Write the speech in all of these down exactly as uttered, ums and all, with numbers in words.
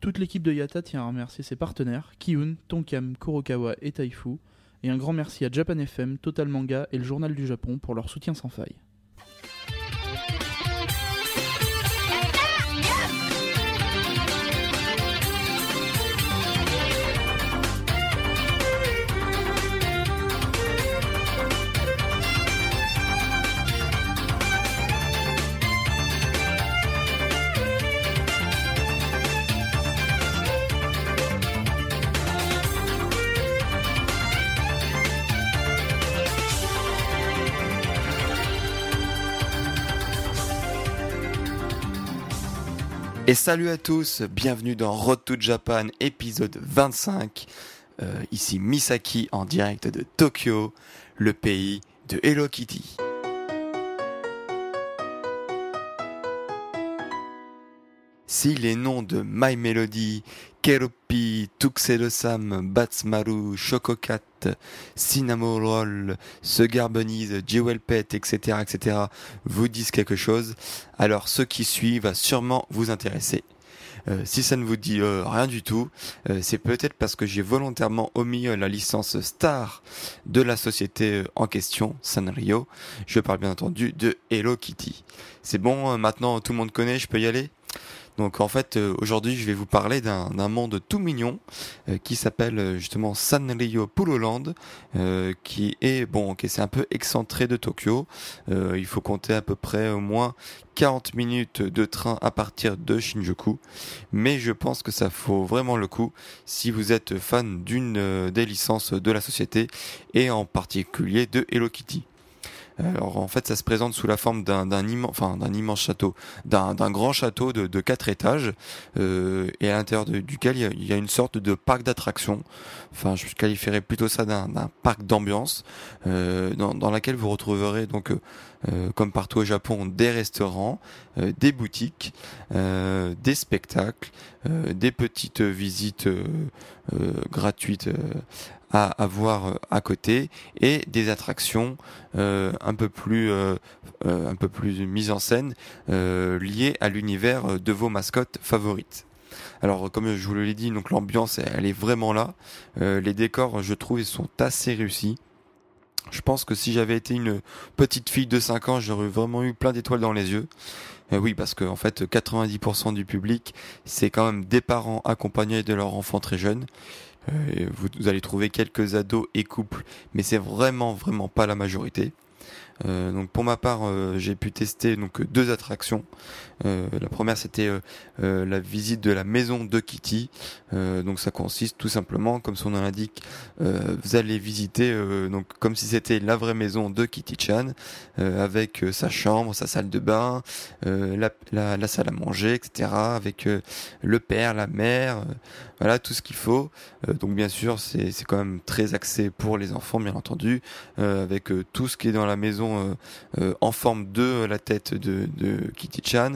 Toute l'équipe de Yata tient à remercier ses partenaires, Kiun, Tonkam, Kurokawa et Taifu, et un grand merci à Japan F M, Total Manga et le Journal du Japon pour leur soutien sans faille. Et salut à tous, bienvenue dans Road to Japan épisode vingt-cinq. Euh, ici Misaki en direct de Tokyo, le pays de Hello Kitty. Si les noms de My Melody, Keroppi, Tuxedo-sam, Batsmaru, Chococat, Cinnamoroll, Segarbonise, Jewel Pet, et cetera, et cetera vous disent quelque chose, alors ce qui suit va sûrement vous intéresser. Euh, si ça ne vous dit euh, rien du tout, euh, c'est peut-être parce que j'ai volontairement omis euh, la licence star de la société euh, en question, Sanrio. Je parle bien entendu de Hello Kitty. C'est bon, euh, maintenant tout le monde connaît, je peux y aller ? Donc en fait euh, aujourd'hui je vais vous parler d'un, d'un monde tout mignon euh, qui s'appelle euh, justement Sanrio Puroland, euh, qui est bon, ok, c'est un peu excentré de Tokyo. Euh, il faut compter à peu près au moins quarante minutes de train à partir de Shinjuku, mais je pense que ça vaut vraiment le coup si vous êtes fan d'une euh, des licences de la société et en particulier de Hello Kitty. Alors en fait ça se présente sous la forme d'un, d'un, immense, enfin, d'un immense château, d'un, d'un grand château de, de quatre étages euh, et à l'intérieur de, duquel il y, a, il y a une sorte de parc d'attractions, enfin je qualifierais plutôt ça d'un, d'un parc d'ambiance euh, dans, dans laquelle vous retrouverez donc euh, euh, comme partout au Japon des restaurants, euh, des boutiques, euh, des spectacles, euh, des petites visites euh, euh, gratuites euh, à avoir à côté et des attractions euh, un peu plus euh, euh, un peu plus mises en scène euh, liées à l'univers de vos mascottes favorites. Alors comme je vous l'ai dit, donc l'ambiance elle est vraiment là. Euh, les décors, je trouve, ils sont assez réussis. Je pense que si j'avais été une petite fille de cinq ans, j'aurais vraiment eu plein d'étoiles dans les yeux. Euh, oui, parce que en fait, quatre-vingt-dix pour cent du public, c'est quand même des parents accompagnés de leurs enfants très jeunes. Euh, vous, vous allez trouver quelques ados et couples, mais c'est vraiment vraiment pas la majorité. Euh, donc pour ma part, euh, j'ai pu tester donc deux attractions. Euh, la première c'était euh, euh, la visite de la maison de Kitty. Euh, donc ça consiste tout simplement, comme son nom l'indique, euh, vous allez visiter euh, donc comme si c'était la vraie maison de Kitty-chan, euh, avec euh, sa chambre, sa salle de bain, euh, la, la, la salle à manger, et cetera. Avec euh, le père, la mère, euh, voilà tout ce qu'il faut. Euh, donc bien sûr c'est c'est quand même très axé pour les enfants, bien entendu, euh, avec euh, tout ce qui est dans la maison Euh, euh, en forme de la tête de, de Kitty-chan.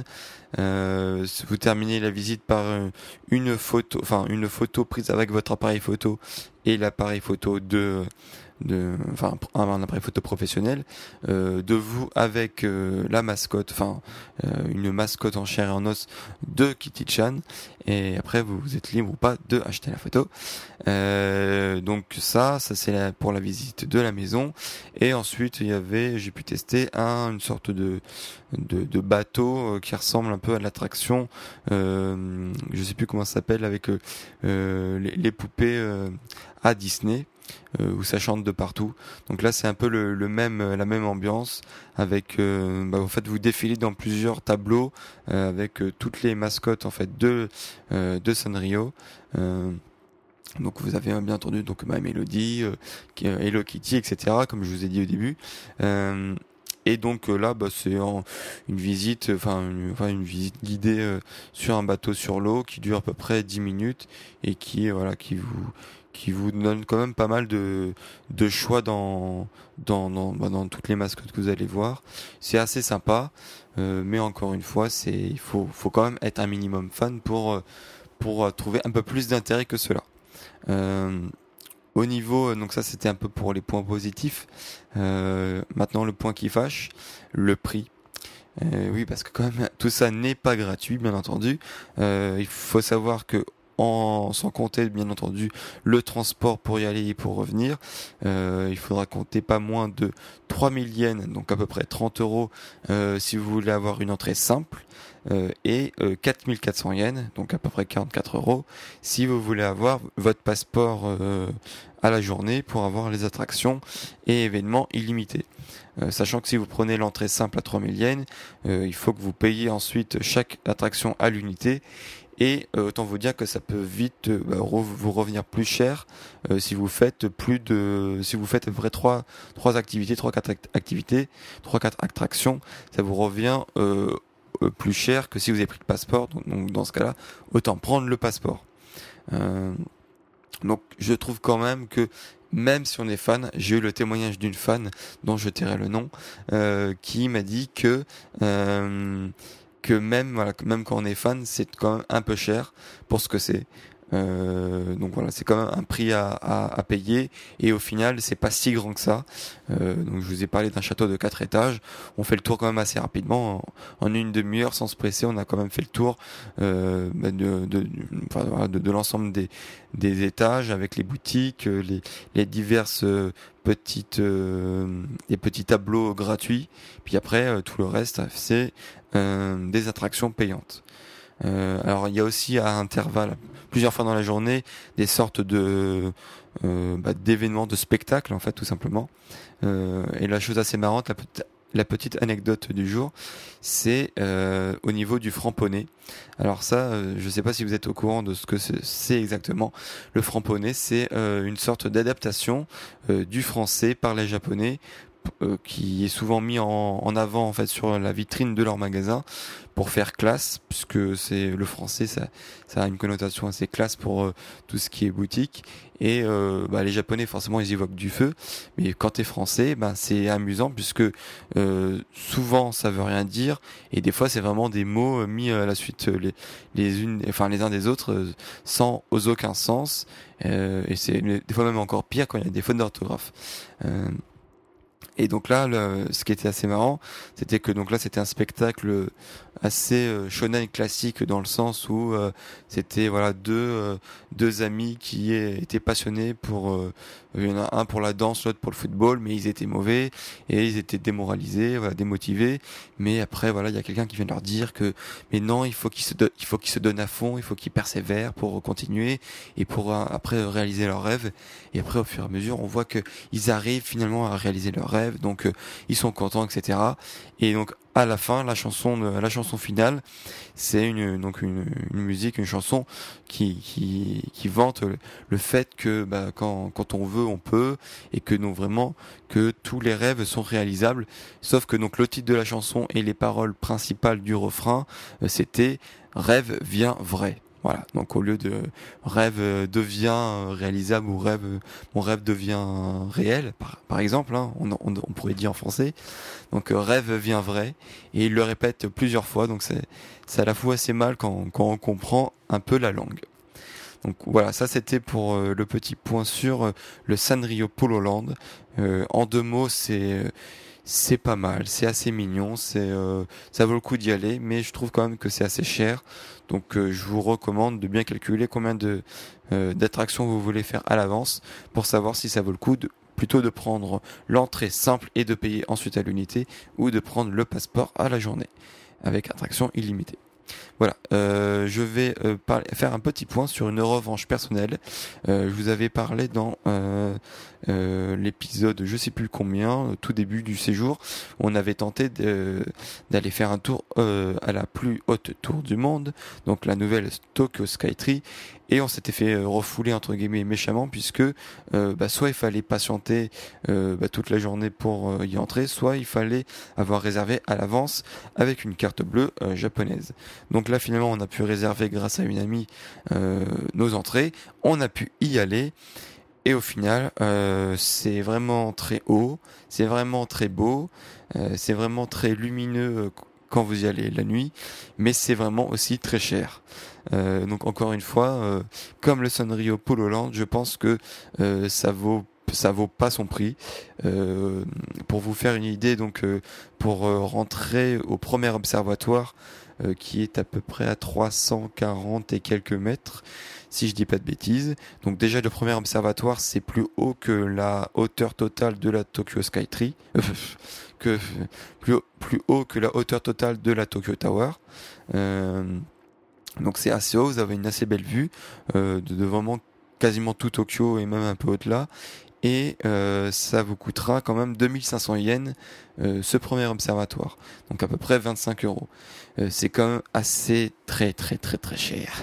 Euh, vous terminez la visite par euh, une photo, enfin une photo prise avec votre appareil photo et l'appareil photo de de enfin un appareil photo professionnel euh, de vous avec euh, la mascotte, enfin euh, une mascotte en chair et en os de Kitty-chan, et après vous, vous êtes libre ou pas de acheter la photo. Euh, donc ça ça c'est la, pour la visite de la maison. Et ensuite il y avait, j'ai pu tester un, une sorte de de, de bateau euh, qui ressemble un peu à l'attraction, euh, je sais plus comment ça s'appelle, avec euh, les, les poupées euh, à Disney, Euh, où ça chante de partout. Donc là c'est un peu le, le même, la même ambiance, avec euh, bah, en fait vous défilez dans plusieurs tableaux euh, avec euh, toutes les mascottes en fait de euh, de Sanrio. Euh, donc vous avez bien entendu donc My Melody, euh, Hello Kitty, et cetera. Comme je vous ai dit au début. Euh, Et donc euh, là, bah, c'est en, une visite, enfin une, enfin une visite guidée euh, sur un bateau sur l'eau qui dure à peu près dix minutes et qui euh, voilà qui vous qui vous donne quand même pas mal de de choix dans dans dans, bah, dans toutes les mascottes que vous allez voir. C'est assez sympa, euh, mais encore une fois, c'est il faut faut quand même être un minimum fan pour pour euh, trouver un peu plus d'intérêt que cela. Euh, Au niveau, donc ça c'était un peu pour les points positifs. Euh, maintenant le point qui fâche, le prix. Euh, oui, parce que quand même tout ça n'est pas gratuit, bien entendu. Euh, il faut savoir que en, sans compter bien entendu le transport pour y aller et pour revenir. Euh, il faudra compter pas moins de trois mille yens, donc à peu près trente euros euh, si vous voulez avoir une entrée simple. Euh, et euh, quatre mille quatre cents yens, donc à peu près quarante-quatre euros, si vous voulez avoir votre passeport euh, à la journée pour avoir les attractions et événements illimités. Euh, sachant que si vous prenez l'entrée simple à trois mille yens, euh, il faut que vous payiez ensuite chaque attraction à l'unité. Et euh, autant vous dire que ça peut vite euh, bah, re- vous revenir plus cher euh, si vous faites plus de, si vous faites à peu près trois, trois activités, trois quatre act- activités, trois quatre attractions, ça vous revient euh, plus cher que si vous avez pris le passeport. Donc, donc dans ce cas-là, autant prendre le passeport. Euh, donc je trouve quand même que même si on est fan, j'ai eu le témoignage d'une fan dont je tairai le nom, euh, qui m'a dit que euh, que même voilà, même quand on est fan, c'est quand même un peu cher pour ce que c'est. Euh, donc voilà, c'est quand même un prix à, à, à payer, et au final c'est pas si grand que ça. Euh, donc je vous ai parlé d'un château de quatre étages, on fait le tour quand même assez rapidement, en, en une demi-heure sans se presser, on a quand même fait le tour euh, de, de, de, enfin, voilà, de, de l'ensemble des, des étages avec les boutiques, les, les diverses petites euh, les petits tableaux gratuits, puis après euh, tout le reste c'est euh, des attractions payantes. Euh, alors il y a aussi à intervalles, plusieurs fois dans la journée, des sortes de euh, bah, d'événements, de spectacles en fait tout simplement. Euh, et la chose assez marrante, la, petite, la petite anecdote du jour, c'est euh, au niveau du franc-poney. Alors ça, euh, je ne sais pas si vous êtes au courant de ce que c'est exactement. Le franc-poney, c'est euh, une sorte d'adaptation euh, du français par les Japonais, euh, qui est souvent mis en, en avant en fait sur la vitrine de leur magasin pour faire classe, puisque c'est le français, ça, ça a une connotation assez classe pour euh, tout ce qui est boutique. Et euh, bah, les Japonais forcément ils évoquent du feu, mais quand t'es français, bah, c'est amusant puisque euh, souvent ça veut rien dire, et des fois c'est vraiment des mots mis à la suite les les unes, enfin les uns des autres, euh, sans aucun sens. Euh, et c'est des fois même encore pire quand il y a des fautes d'orthographe. Euh, Et donc là, le, ce qui était assez marrant, c'était que donc là c'était un spectacle assez euh, shonen classique, dans le sens où euh, c'était voilà deux euh, deux amis qui étaient passionnés pour euh, il y en a un pour la danse, l'autre pour le football, mais ils étaient mauvais et ils étaient démoralisés, voilà, démotivés. Mais après voilà, il y a quelqu'un qui vient leur dire que mais non, il faut qu'ils se do- il faut qu'ils se donnent à fond, il faut qu'ils persévèrent pour continuer et pour euh, après réaliser leurs rêves. Et après au fur et à mesure, on voit que ils arrivent finalement à réaliser leurs rêves, donc euh, ils sont contents, et cetera. Et donc à la fin, la chanson, de, la chanson finale, c'est une donc une, une musique, une chanson qui qui, qui vante le, le fait que bah, quand quand on veut, on peut, et que donc vraiment que tous les rêves sont réalisables. Sauf que donc le titre de la chanson et les paroles principales du refrain, euh, c'était "Rêve vient vrai". Voilà, donc au lieu de rêve devient réalisable ou rêve, mon rêve devient réel, par, par exemple, hein, on, on, on pourrait dire en français. Donc euh, rêve vient vrai, et il le répète plusieurs fois, donc c'est, c'est à la fois assez mal quand, quand on comprend un peu la langue. Donc voilà, ça c'était pour euh, le petit point sur euh, le Sanrio Polo Land. Euh, en deux mots, c'est euh, c'est pas mal, c'est assez mignon, c'est euh, ça vaut le coup d'y aller, mais je trouve quand même que c'est assez cher. Donc euh, je vous recommande de bien calculer combien de euh, d'attractions vous voulez faire à l'avance pour savoir si ça vaut le coup de plutôt de prendre l'entrée simple et de payer ensuite à l'unité, ou de prendre le passeport à la journée avec attraction illimitée. Voilà, euh, je vais euh, parler, faire un petit point sur une revanche personnelle. Euh, je vous avais parlé dans euh, euh, l'épisode, je sais plus combien, tout début du séjour, on avait tenté de, d'aller faire un tour euh, à la plus haute tour du monde, donc la nouvelle Tokyo Skytree, et on s'était fait euh, refouler entre guillemets méchamment, puisque euh, bah, soit il fallait patienter euh, bah, toute la journée pour euh, y entrer, soit il fallait avoir réservé à l'avance avec une carte bleue euh, japonaise. Donc là finalement on a pu réserver grâce à une amie euh, nos entrées, on a pu y aller, et au final euh, c'est vraiment très haut, c'est vraiment très beau, euh, c'est vraiment très lumineux euh, quand vous y allez la nuit, mais c'est vraiment aussi très cher. Euh, donc encore une fois, euh, comme le Sanrio Polo Land, je pense que euh, ça vaut ça vaut pas son prix. Euh, pour vous faire une idée, donc euh, pour euh, rentrer au premier observatoire, euh, qui est à peu près à trois cent quarante et quelques mètres, si je dis pas de bêtises. Donc déjà le premier observatoire c'est plus haut que la hauteur totale de la Tokyo Skytree, euh, que plus haut, plus haut que la hauteur totale de la Tokyo Tower. Euh, donc c'est assez haut, vous avez une assez belle vue euh, de, de vraiment quasiment tout Tokyo et même un peu au-delà. Et euh, ça vous coûtera quand même deux mille cinq cents yens euh, ce premier observatoire, donc à peu près vingt-cinq euros. Euh, c'est quand même assez très très très très cher.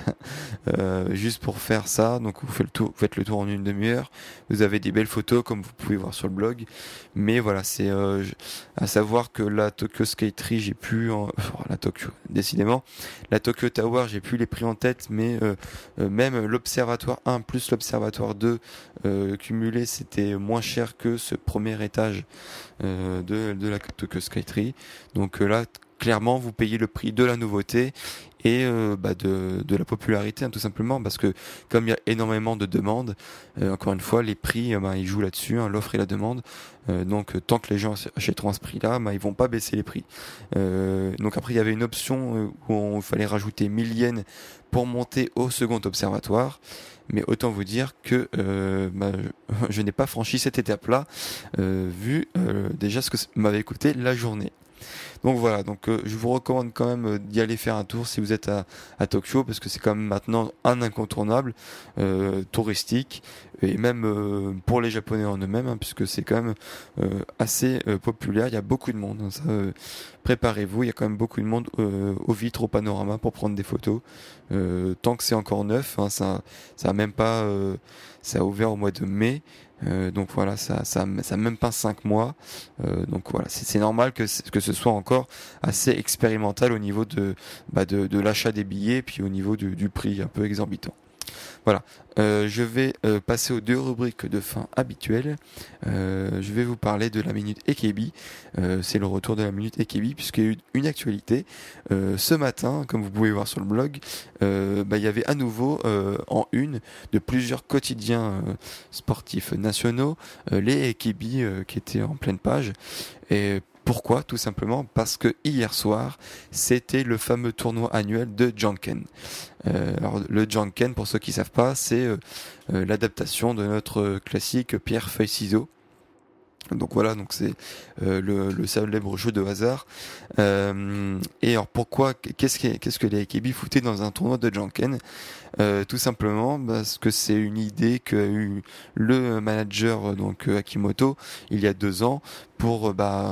euh, juste pour faire ça, donc vous faites le tour, vous faites le tour en une demi-heure. Vous avez des belles photos comme vous pouvez voir sur le blog. Mais voilà, c'est euh, à savoir que la Tokyo Skytree, j'ai pu en... enfin, la Tokyo, décidément, la Tokyo Tower, j'ai plus les prix en tête, mais euh, euh, même l'observatoire un plus l'observatoire deux euh, cumulé, c'était moins cher que ce premier étage euh, de, de la Tokyo Skytree. Donc euh, là, clairement, vous payez le prix de la nouveauté et euh, bah de, de la popularité, hein, tout simplement, parce que comme il y a énormément de demandes, euh, encore une fois, les prix, euh, bah, ils jouent là-dessus, hein, l'offre et la demande. Euh, donc euh, tant que les gens achèteront à ce prix-là, bah, ils vont pas baisser les prix. Euh, donc après, il y avait une option euh, où on, il fallait rajouter mille yens pour monter au second observatoire. Mais autant vous dire que euh, bah, je, je n'ai pas franchi cette étape-là, euh, vu euh, déjà ce que m'avait coûté la journée. Donc voilà, donc euh, je vous recommande quand même euh, d'y aller faire un tour si vous êtes à, à Tokyo, parce que c'est quand même maintenant un incontournable euh, touristique, et même euh, pour les Japonais en eux-mêmes, hein, puisque c'est quand même euh, assez euh, populaire. Il y a beaucoup de monde, hein, ça, euh, préparez-vous, il y a quand même beaucoup de monde euh, aux vitres, au panorama pour prendre des photos. Euh, tant que c'est encore neuf, hein, ça, ça a même pas, euh, ça a ouvert au mois de mai. Euh, donc voilà, ça, ça, ça même pas cinq mois. Euh, donc voilà, c'est, c'est normal que, que ce soit encore assez expérimental au niveau de, bah de, de l'achat des billets, puis au niveau du, du prix un peu exorbitant. Voilà, euh, je vais euh, passer aux deux rubriques de fin habituelles. Euh, je vais vous parler de la minute A K B. Euh, c'est le retour de la minute A K B puisqu'il y a eu une actualité. Euh, ce matin, comme vous pouvez voir sur le blog, euh, bah, il y avait à nouveau euh, en une de plusieurs quotidiens euh, sportifs nationaux euh, les A K B euh, qui étaient en pleine page. Et pourquoi ? Tout simplement parce que hier soir, c'était le fameux tournoi annuel de Janken. Euh, alors le Janken, pour ceux qui savent pas, c'est euh, euh, l'adaptation de notre classique pierre feuille ciseaux. Donc voilà, donc c'est euh, le, le célèbre jeu de hasard. Euh, et alors pourquoi, qu'est-ce que, qu'est-ce que les A K B foutaient dans un tournoi de Janken ? Euh, tout simplement parce que c'est une idée qu'a eu le manager donc Akimoto il y a deux ans pour bah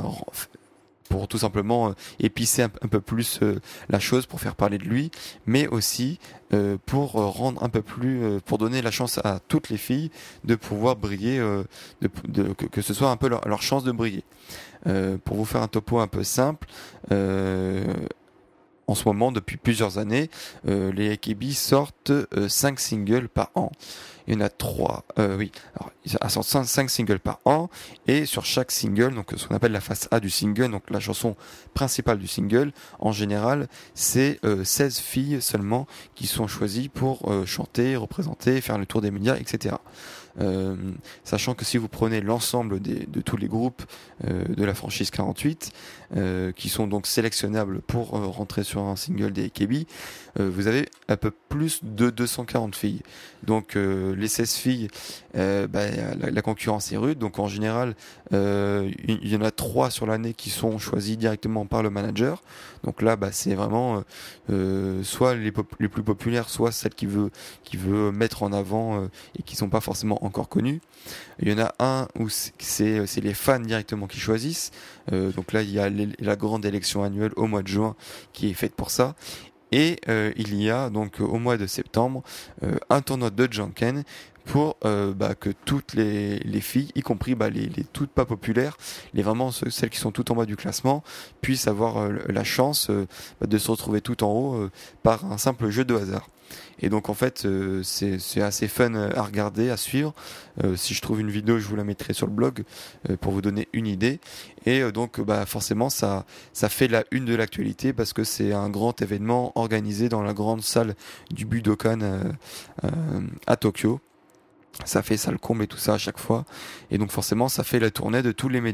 pour tout simplement euh, épicer un, un peu plus euh, la chose, pour faire parler de lui, mais aussi euh, pour euh, rendre un peu plus, euh, pour donner la chance à toutes les filles de pouvoir briller, euh, de, de, que, que ce soit un peu leur, leur chance de briller. Euh, pour vous faire un topo un peu simple, euh, en ce moment, depuis plusieurs années, euh, les A K B sortent euh, cinq singles par an. Il y en a trois, euh, oui, alors, ils sortent cinq singles par an, et sur chaque single, donc ce qu'on appelle la face A du single, donc la chanson principale du single, en général, c'est euh, seize filles seulement qui sont choisies pour euh, chanter, représenter, faire le tour des médias, et cetera. Euh, sachant que si vous prenez l'ensemble des, de tous les groupes euh, de la franchise quarante-huit, euh, qui sont donc sélectionnables pour euh, rentrer sur un single des A K B, euh, vous avez un peu plus de deux cent quarante filles. Donc euh, les seize filles, euh, bah, la, la concurrence est rude. Donc en général, euh, il y en a trois sur l'année qui sont choisies directement par le manager. Donc là, bah, c'est vraiment euh, soit les, pop- les plus populaires, soit celles qui veut qui veut mettre en avant euh, et qui sont pas forcément encore connues. Il y en a un où c'est c'est les fans directement qui choisissent. Euh, donc là, il y a la grande élection annuelle au mois de juin qui est faite pour ça. Et euh, il y a donc au mois de septembre euh, un tournoi de Janken pour euh, bah, que toutes les, les filles, y compris bah, les, les toutes pas populaires, les vraiment celles qui sont tout en bas du classement, puissent avoir euh, la chance euh, bah, de se retrouver tout en haut euh, par un simple jeu de hasard. Et donc en fait euh, c'est, c'est assez fun à regarder, à suivre. Euh, si je trouve une vidéo, je vous la mettrai sur le blog euh, pour vous donner une idée. Et euh, donc bah forcément ça ça fait la une de l'actualité parce que c'est un grand événement organisé dans la grande salle du Budokan euh, euh, à Tokyo. Ça fait salle comble et tout ça à chaque fois. Et donc forcément ça fait la tournée de tous les médias.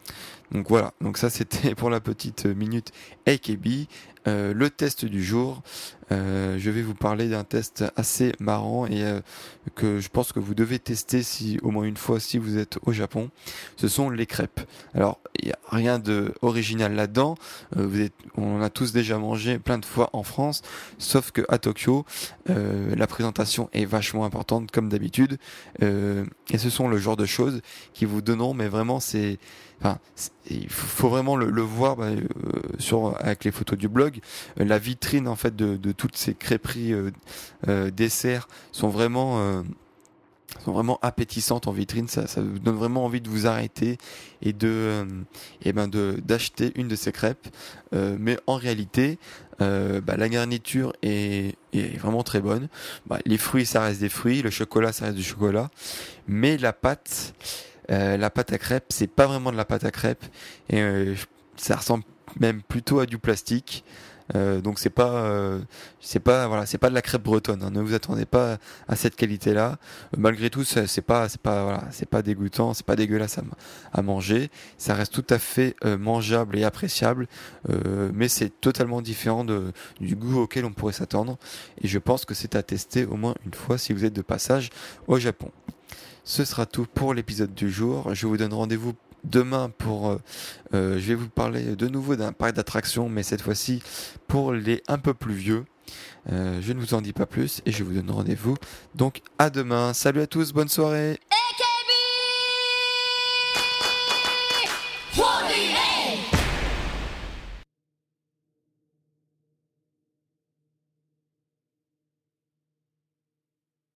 Donc voilà, donc ça c'était pour la petite minute A K B. Euh, le test du jour, euh, je vais vous parler d'un test assez marrant et euh, que je pense que vous devez tester si au moins une fois si vous êtes au Japon. Ce sont les crêpes. Alors il n'y a rien de original là-dedans. Euh, vous êtes, on en a tous déjà mangé plein de fois en France, sauf que à Tokyo, euh, la présentation est vachement importante comme d'habitude. Euh, et ce sont le genre de choses qui vous donneront, mais vraiment c'est Enfin, il faut vraiment le, le voir bah, euh, sur avec les photos du blog. Euh, la vitrine en fait de, de toutes ces crêperies euh, euh, desserts sont vraiment euh, sont vraiment appétissantes en vitrine. Ça, ça vous donne vraiment envie de vous arrêter et de euh, et ben de d'acheter une de ces crêpes. Euh, mais en réalité, euh, bah, la garniture est, est vraiment très bonne. Bah, les fruits, ça reste des fruits. Le chocolat, ça reste du chocolat. Mais la pâte Euh, la pâte à crêpes, c'est pas vraiment de la pâte à crêpes et euh, ça ressemble même plutôt à du plastique. Euh, donc c'est pas, euh, c'est pas, voilà, c'est pas de la crêpe bretonne. Hein, ne vous attendez pas à cette qualité-là. Euh, malgré tout, c'est, c'est pas, c'est pas, voilà, c'est pas dégoûtant, c'est pas dégueulasse à, à manger. Ça reste tout à fait euh, mangeable et appréciable, euh, mais c'est totalement différent de, du goût auquel on pourrait s'attendre. Et je pense que c'est à tester au moins une fois si vous êtes de passage au Japon. Ce sera tout pour l'épisode du jour. Je vous donne rendez-vous demain pour... Euh, euh, je vais vous parler de nouveau d'un parc d'attractions, mais cette fois-ci pour les un peu plus vieux. Euh, je ne vous en dis pas plus et je vous donne rendez-vous donc à demain. Salut à tous, bonne soirée.